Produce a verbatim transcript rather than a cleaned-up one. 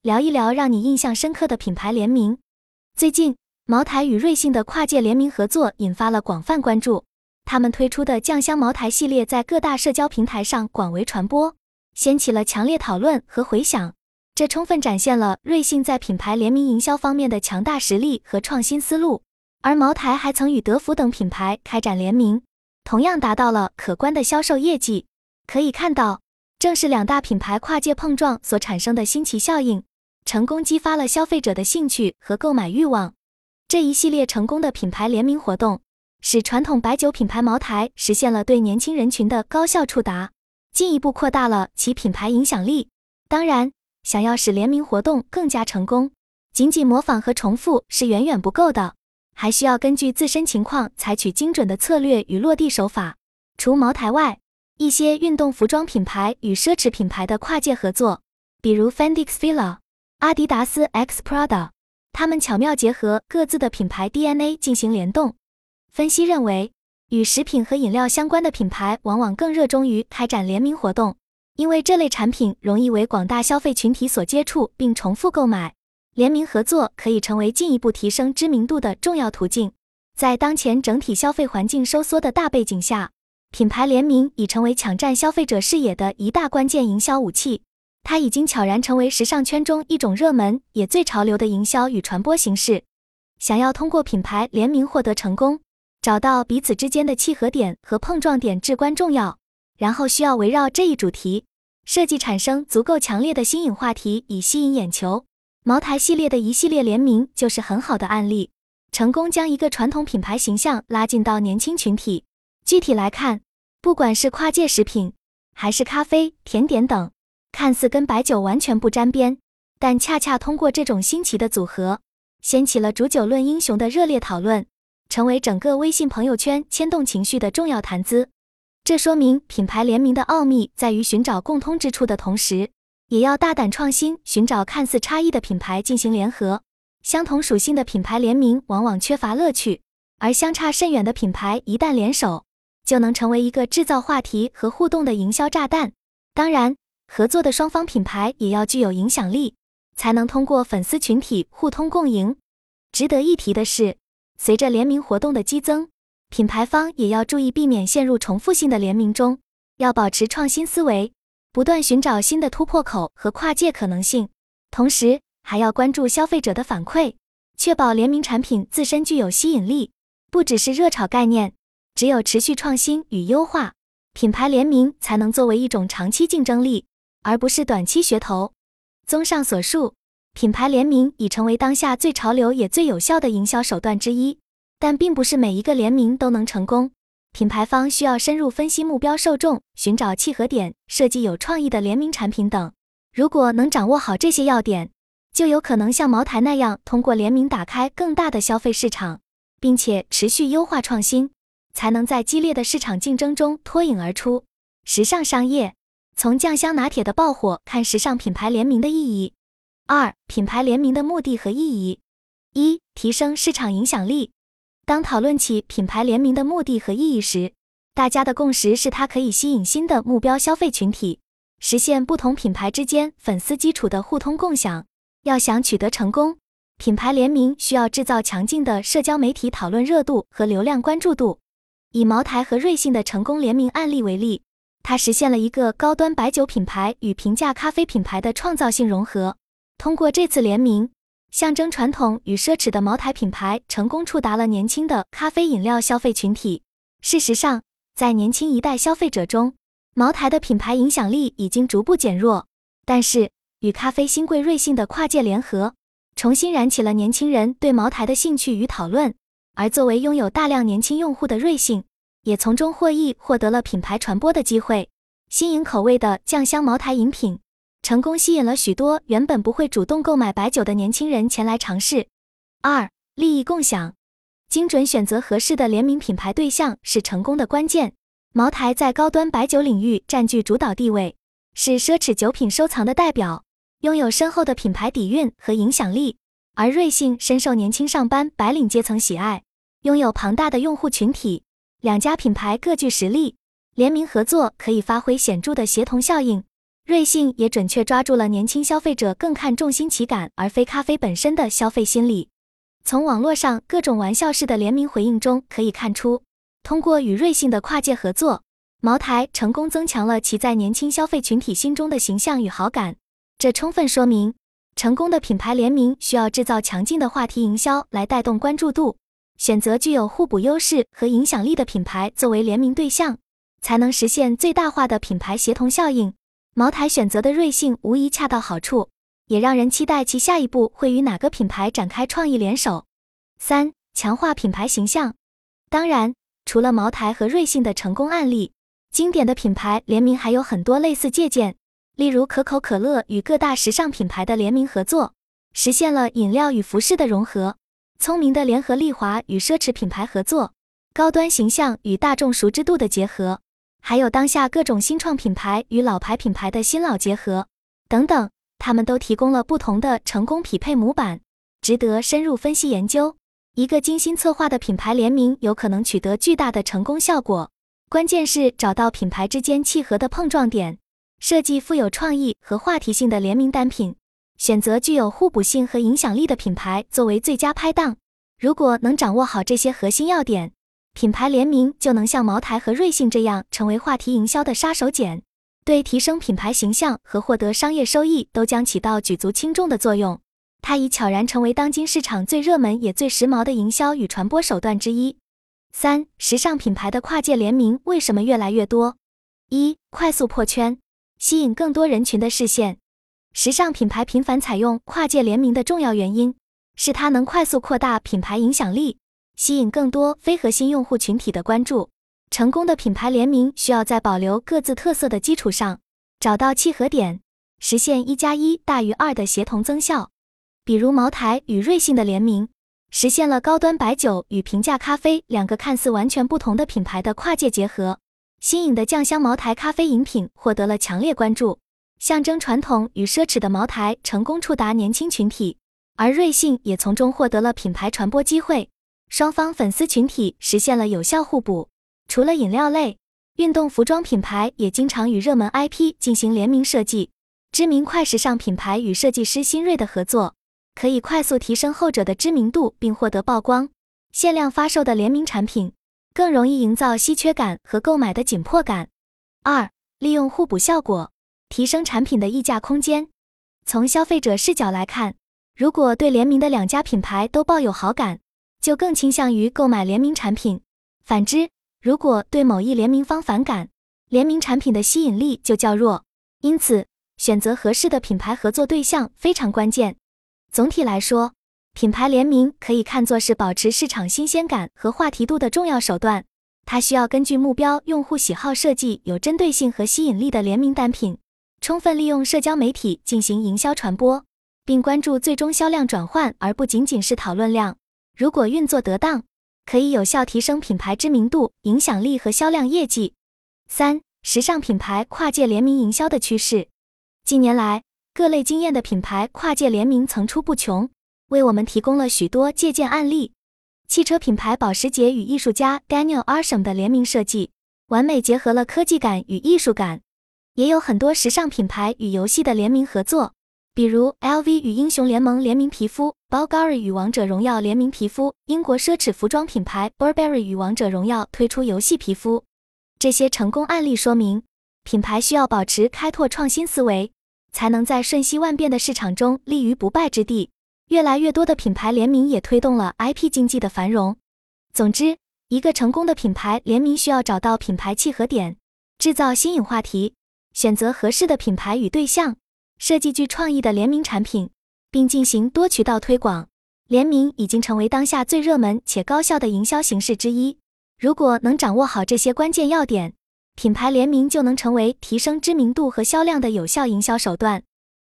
聊一聊让你印象深刻的品牌联名。最近，茅台与瑞幸的跨界联名合作引发了广泛关注，他们推出的酱香茅台系列在各大社交平台上广为传播，掀起了强烈讨论和回响。这充分展现了瑞幸在品牌联名营销方面的强大实力和创新思路，而茅台还曾与德芙等品牌开展联名，同样达到了可观的销售业绩。可以看到，正是两大品牌跨界碰撞所产生的新奇效应，成功激发了消费者的兴趣和购买欲望。这一系列成功的品牌联名活动，使传统白酒品牌茅台实现了对年轻人群的高效触达，进一步扩大了其品牌影响力。当然，想要使联名活动更加成功，仅仅模仿和重复是远远不够的，还需要根据自身情况采取精准的策略与落地手法。除茅台外，一些运动服装品牌与奢侈品牌的跨界合作，比如 Fendi X Fila、阿迪达斯 X Prada， 他们巧妙结合各自的品牌 D N A 进行联动。分析认为，与食品和饮料相关的品牌往往更热衷于开展联名活动，因为这类产品容易为广大消费群体所接触并重复购买。联名合作可以成为进一步提升知名度的重要途径。在当前整体消费环境收缩的大背景下，品牌联名已成为抢占消费者视野的一大关键营销武器。它已经悄然成为时尚圈中一种热门也最潮流的营销与传播形式。想要通过品牌联名获得成功，找到彼此之间的契合点和碰撞点至关重要，然后需要围绕这一主题，设计产生足够强烈的新颖话题以吸引眼球。茅台系列的一系列联名就是很好的案例，成功将一个传统品牌形象拉近到年轻群体。具体来看，不管是跨界食品，还是咖啡、甜点等，看似跟白酒完全不沾边，但恰恰通过这种新奇的组合，掀起了煮酒论英雄的热烈讨论，成为整个微信朋友圈牵动情绪的重要谈资。这说明品牌联名的奥秘在于寻找共通之处的同时，也要大胆创新，寻找看似差异的品牌进行联合。相同属性的品牌联名往往缺乏乐趣，而相差甚远的品牌一旦联手，就能成为一个制造话题和互动的营销炸弹。当然，合作的双方品牌也要具有影响力，才能通过粉丝群体互通共赢。值得一提的是，随着联名活动的激增，品牌方也要注意避免陷入重复性的联名中，要保持创新思维，不断寻找新的突破口和跨界可能性。同时，还要关注消费者的反馈，确保联名产品自身具有吸引力，不只是热炒概念。只有持续创新与优化，品牌联名才能作为一种长期竞争力，而不是短期噱头。综上所述，品牌联名已成为当下最潮流也最有效的营销手段之一，但并不是每一个联名都能成功。品牌方需要深入分析目标受众，寻找契合点，设计有创意的联名产品等。如果能掌握好这些要点，就有可能像茅台那样通过联名打开更大的消费市场，并且持续优化创新，才能在激烈的市场竞争中脱颖而出。时尚商业，从酱香拿铁的爆火看时尚品牌联名的意义。二、品牌联名的目的和意义。一、提升市场影响力。当讨论起品牌联名的目的和意义时，大家的共识是它可以吸引新的目标消费群体，实现不同品牌之间粉丝基础的互通共享。要想取得成功，品牌联名需要制造强劲的社交媒体讨论热度和流量关注度。以茅台和瑞幸的成功联名案例为例，它实现了一个高端白酒品牌与平价咖啡品牌的创造性融合。通过这次联名，象征传统与奢侈的茅台品牌成功触达了年轻的咖啡饮料消费群体。事实上，在年轻一代消费者中，茅台的品牌影响力已经逐步减弱，但是与咖啡新贵瑞幸的跨界联合，重新燃起了年轻人对茅台的兴趣与讨论。而作为拥有大量年轻用户的瑞幸，也从中获益，获得了品牌传播的机会。新颖口味的酱香茅台饮品，成功吸引了许多原本不会主动购买白酒的年轻人前来尝试。二、利益共享。精准选择合适的联名品牌对象是成功的关键。茅台在高端白酒领域占据主导地位，是奢侈酒品收藏的代表，拥有深厚的品牌底蕴和影响力。而瑞幸深受年轻上班白领阶层喜爱，拥有庞大的用户群体。两家品牌各具实力，联名合作可以发挥显著的协同效应， 瑞幸也准确抓住了年轻消费者更看重新奇感而非咖啡本身的消费心理。从网络上各种玩笑式的联名回应中可以看出，通过与瑞幸的跨界合作，茅台成功增强了其在年轻消费群体心中的形象与好感。这充分说明，成功的品牌联名需要制造强劲的话题营销来带动关注度，选择具有互补优势和影响力的品牌作为联名对象，才能实现最大化的品牌协同效应。茅台选择的瑞幸无疑恰到好处，也让人期待其下一步会与哪个品牌展开创意联手。三、强化品牌形象。当然，除了茅台和瑞幸的成功案例，经典的品牌联名还有很多类似借鉴，例如可口可乐与各大时尚品牌的联名合作，实现了饮料与服饰的融合；聪明的联合利华与奢侈品牌合作，高端形象与大众熟知度的结合，还有当下各种新创品牌与老牌品牌的新老结合等等，他们都提供了不同的成功匹配模板，值得深入分析研究。一个精心策划的品牌联名有可能取得巨大的成功效果，关键是找到品牌之间契合的碰撞点，设计富有创意和话题性的联名单品，选择具有互补性和影响力的品牌作为最佳拍档。如果能掌握好这些核心要点，品牌联名就能像茅台和瑞幸这样成为话题营销的杀手锏，对提升品牌形象和获得商业收益都将起到举足轻重的作用。它已悄然成为当今市场最热门也最时髦的营销与传播手段之一。三、时尚品牌的跨界联名为什么越来越多？一、快速破圈，吸引更多人群的视线。时尚品牌频繁采用跨界联名的重要原因，是它能快速扩大品牌影响力，吸引更多非核心用户群体的关注。成功的品牌联名需要在保留各自特色的基础上，找到契合点，实现一加一大于二的协同增效。比如茅台与瑞幸的联名，实现了高端白酒与平价咖啡两个看似完全不同的品牌的跨界结合。新颖的酱香茅台咖啡饮品获得了强烈关注，象征传统与奢侈的茅台成功触达年轻群体，而瑞幸也从中获得了品牌传播机会，双方粉丝群体实现了有效互补。除了饮料类，运动服装品牌也经常与热门 I P 进行联名设计。知名快时尚品牌与设计师新锐的合作，可以快速提升后者的知名度并获得曝光。限量发售的联名产品更容易营造稀缺感和购买的紧迫感。二、利用互补效果，提升产品的溢价空间。从消费者视角来看，如果对联名的两家品牌都抱有好感，就更倾向于购买联名产品。反之，如果对某一联名方反感，联名产品的吸引力就较弱。因此，选择合适的品牌合作对象非常关键。总体来说，品牌联名可以看作是保持市场新鲜感和话题度的重要手段。它需要根据目标用户喜好设计有针对性和吸引力的联名单品，充分利用社交媒体进行营销传播，并关注最终销量转换而不仅仅是讨论量。如果运作得当，可以有效提升品牌知名度、影响力和销量业绩。三、时尚品牌跨界联名营销的趋势。近年来，各类惊艳的品牌跨界联名层出不穷，为我们提供了许多借鉴案例。汽车品牌保时捷与艺术家 Daniel Arsham 的联名设计，完美结合了科技感与艺术感。也有很多时尚品牌与游戏的联名合作，比如 L V 与英雄联盟联名皮肤， Bulgari 与王者荣耀联名皮肤，英国奢侈服装品牌 Burberry 与王者荣耀推出游戏皮肤。这些成功案例说明，品牌需要保持开拓创新思维，才能在瞬息万变的市场中立于不败之地。越来越多的品牌联名也推动了 I P 经济的繁荣。总之，一个成功的品牌联名需要找到品牌契合点，制造新颖话题，选择合适的品牌与对象，设计具创意的联名产品，并进行多渠道推广。联名已经成为当下最热门且高效的营销形式之一。如果能掌握好这些关键要点，品牌联名就能成为提升知名度和销量的有效营销手段。